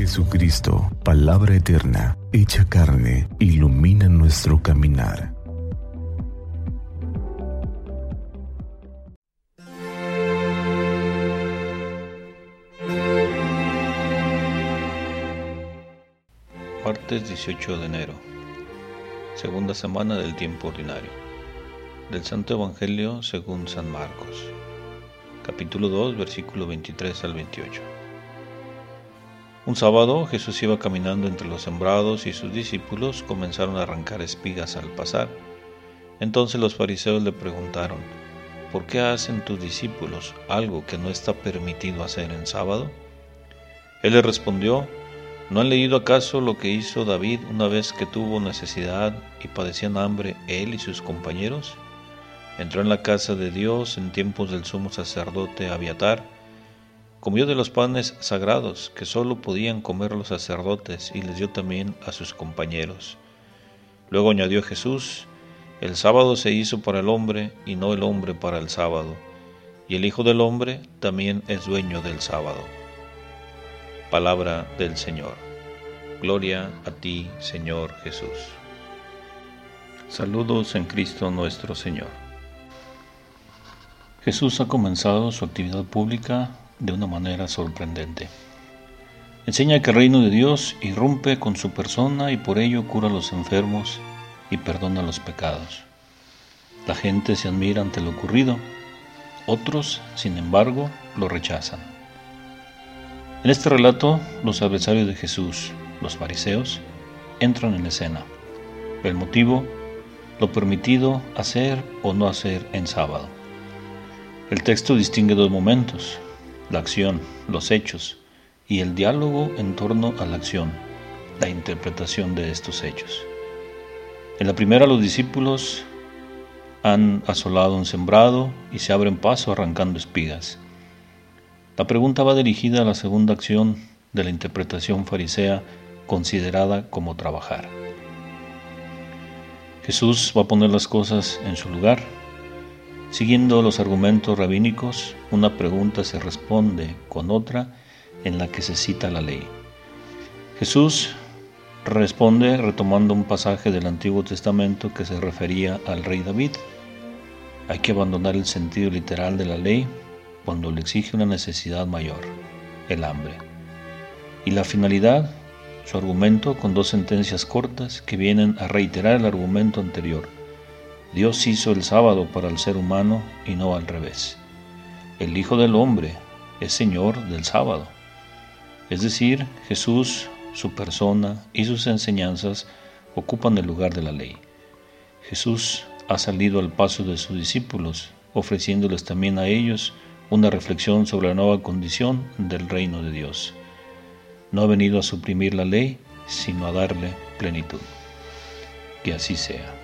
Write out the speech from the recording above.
Jesucristo, palabra eterna, hecha carne, ilumina nuestro caminar. Martes 18 de enero, segunda semana del tiempo ordinario. Del Santo Evangelio según San Marcos, capítulo 2, versículo 23 al 28. Un sábado Jesús iba caminando entre los sembrados y sus discípulos comenzaron a arrancar espigas al pasar. Entonces los fariseos le preguntaron: ¿por qué hacen tus discípulos algo que no está permitido hacer en sábado? Él les respondió: ¿no han leído acaso lo que hizo David una vez que tuvo necesidad y padecían hambre él y sus compañeros? Entró en la casa de Dios en tiempos del sumo sacerdote Abiatar, comió de los panes sagrados que solo podían comer los sacerdotes y les dio también a sus compañeros. Luego añadió Jesús: el sábado se hizo para el hombre y no el hombre para el sábado, y el Hijo del Hombre también es dueño del sábado. Palabra del Señor. Gloria a ti, Señor Jesús. Saludos en Cristo nuestro Señor. Jesús ha comenzado su actividad pública de una manera sorprendente. Enseña que el reino de Dios irrumpe con su persona y por ello cura a los enfermos y perdona los pecados. La gente se admira ante lo ocurrido, otros, sin embargo, lo rechazan. En este relato, los adversarios de Jesús, los fariseos, entran en escena. El motivo: lo permitido hacer o no hacer en sábado. El texto distingue dos momentos: la acción, los hechos, y el diálogo en torno a la acción, la interpretación de estos hechos. En la primera, los discípulos han asolado un sembrado y se abren paso arrancando espigas. La pregunta va dirigida a la segunda acción de la interpretación farisea, considerada como trabajar. Jesús va a poner las cosas en su lugar. Siguiendo los argumentos rabínicos, una pregunta se responde con otra en la que se cita la ley. Jesús responde retomando un pasaje del Antiguo Testamento que se refería al rey David. Hay que abandonar el sentido literal de la ley cuando le exige una necesidad mayor, el hambre. Y la finalidad, su argumento con dos sentencias cortas que vienen a reiterar el argumento anterior. Dios hizo el sábado para el ser humano y no al revés. El Hijo del Hombre es Señor del sábado. Es decir, Jesús, su persona y sus enseñanzas ocupan el lugar de la ley. Jesús ha salido al paso de sus discípulos, ofreciéndoles también a ellos una reflexión sobre la nueva condición del reino de Dios. No ha venido a suprimir la ley, sino a darle plenitud. Que así sea.